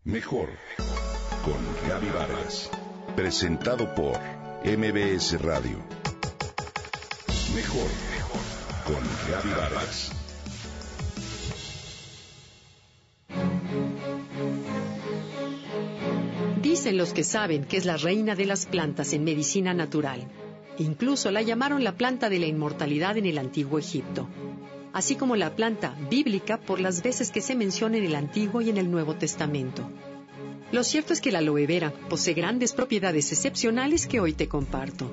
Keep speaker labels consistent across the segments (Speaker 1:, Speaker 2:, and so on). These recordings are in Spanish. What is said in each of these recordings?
Speaker 1: Mejor con Gaby Vargas. Presentado por MBS Radio. Mejor con Gaby Vargas.
Speaker 2: Dicen los que saben que es la reina de las plantas en medicina natural. Incluso la llamaron la planta de la inmortalidad en el antiguo Egipto, así como la planta bíblica por las veces que se menciona en el Antiguo y en el Nuevo Testamento. Lo cierto es que la aloe vera posee grandes propiedades excepcionales que hoy te comparto.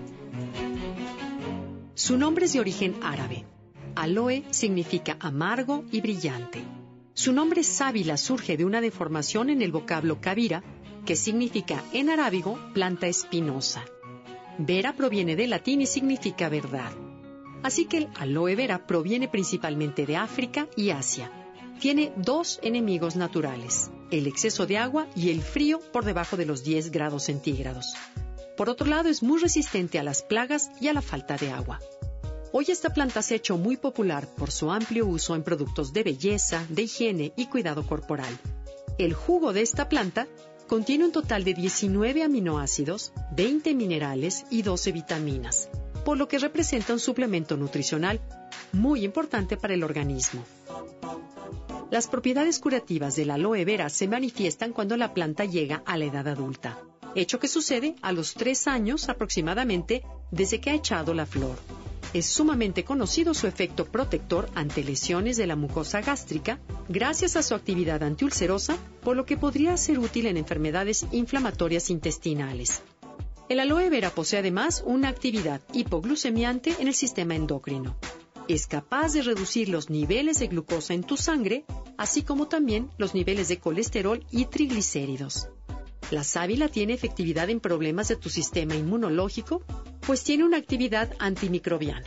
Speaker 2: Su nombre es de origen árabe. Aloe significa amargo y brillante. Su nombre sábila surge de una deformación en el vocablo kabira, que significa en arábigo planta espinosa. Vera proviene del latín y significa verdad. Así que el aloe vera proviene principalmente de África y Asia. Tiene dos enemigos naturales, el exceso de agua y el frío por debajo de los 10 grados centígrados. Por otro lado, es muy resistente a las plagas y a la falta de agua. Hoy esta planta se ha hecho muy popular por su amplio uso en productos de belleza, de higiene y cuidado corporal. El jugo de esta planta contiene un total de 19 aminoácidos, 20 minerales y 12 vitaminas, por lo que representa un suplemento nutricional muy importante para el organismo. Las propiedades curativas de la aloe vera se manifiestan cuando la planta llega a la edad adulta, hecho que sucede a los 3 años aproximadamente desde que ha echado la flor. Es sumamente conocido su efecto protector ante lesiones de la mucosa gástrica, gracias a su actividad antiulcerosa, por lo que podría ser útil en enfermedades inflamatorias intestinales. El aloe vera posee además una actividad hipoglucemiante en el sistema endocrino. Es capaz de reducir los niveles de glucosa en tu sangre, así como también los niveles de colesterol y triglicéridos. La sábila tiene efectividad en problemas de tu sistema inmunológico, pues tiene una actividad antimicrobiana.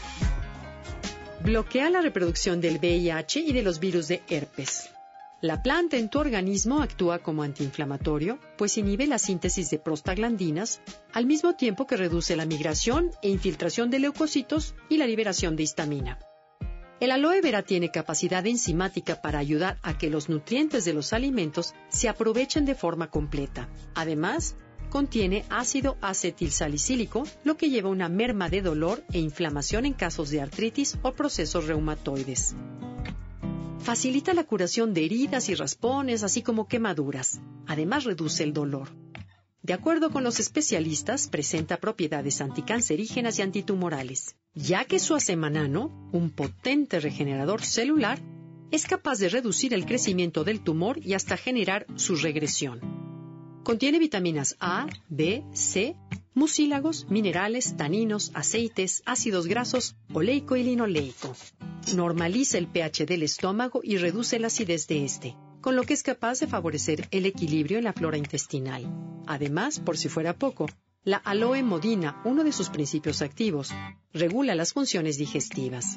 Speaker 2: Bloquea la reproducción del VIH y de los virus de herpes. La planta en tu organismo actúa como antiinflamatorio, pues inhibe la síntesis de prostaglandinas, al mismo tiempo que reduce la migración e infiltración de leucocitos y la liberación de histamina. El aloe vera tiene capacidad enzimática para ayudar a que los nutrientes de los alimentos se aprovechen de forma completa. Además, contiene ácido acetilsalicílico, lo que lleva a una merma de dolor e inflamación en casos de artritis o procesos reumatoides. Facilita la curación de heridas y raspones, así como quemaduras. Además, reduce el dolor. De acuerdo con los especialistas, presenta propiedades anticancerígenas y antitumorales, ya que su acemanano, un potente regenerador celular, es capaz de reducir el crecimiento del tumor y hasta generar su regresión. Contiene vitaminas A, B, C, mucílagos, minerales, taninos, aceites, ácidos grasos, oleico y linoleico. Normaliza el pH del estómago y reduce la acidez de este, con lo que es capaz de favorecer el equilibrio en la flora intestinal. Además, por si fuera poco, la aloe modina, uno de sus principios activos, regula las funciones digestivas.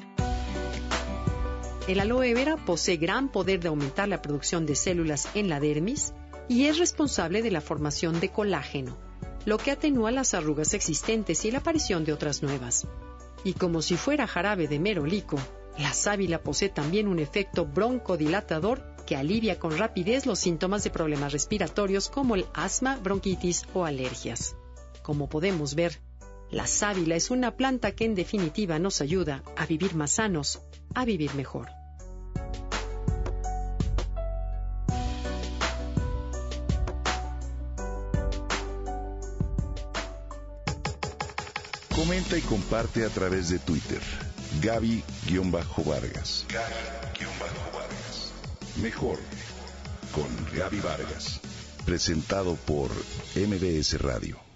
Speaker 2: El aloe vera posee gran poder de aumentar la producción de células en la dermis y es responsable de la formación de colágeno, lo que atenúa las arrugas existentes y la aparición de otras nuevas. Y como si fuera jarabe de merolico, la sábila posee también un efecto broncodilatador que alivia con rapidez los síntomas de problemas respiratorios como el asma, bronquitis o alergias. Como podemos ver, la sábila es una planta que en definitiva nos ayuda a vivir más sanos, a vivir mejor.
Speaker 1: Comenta y comparte a través de Twitter. Gaby-Vargas. Gaby-Vargas. Mejor con Gaby Vargas. Presentado por MBS Radio.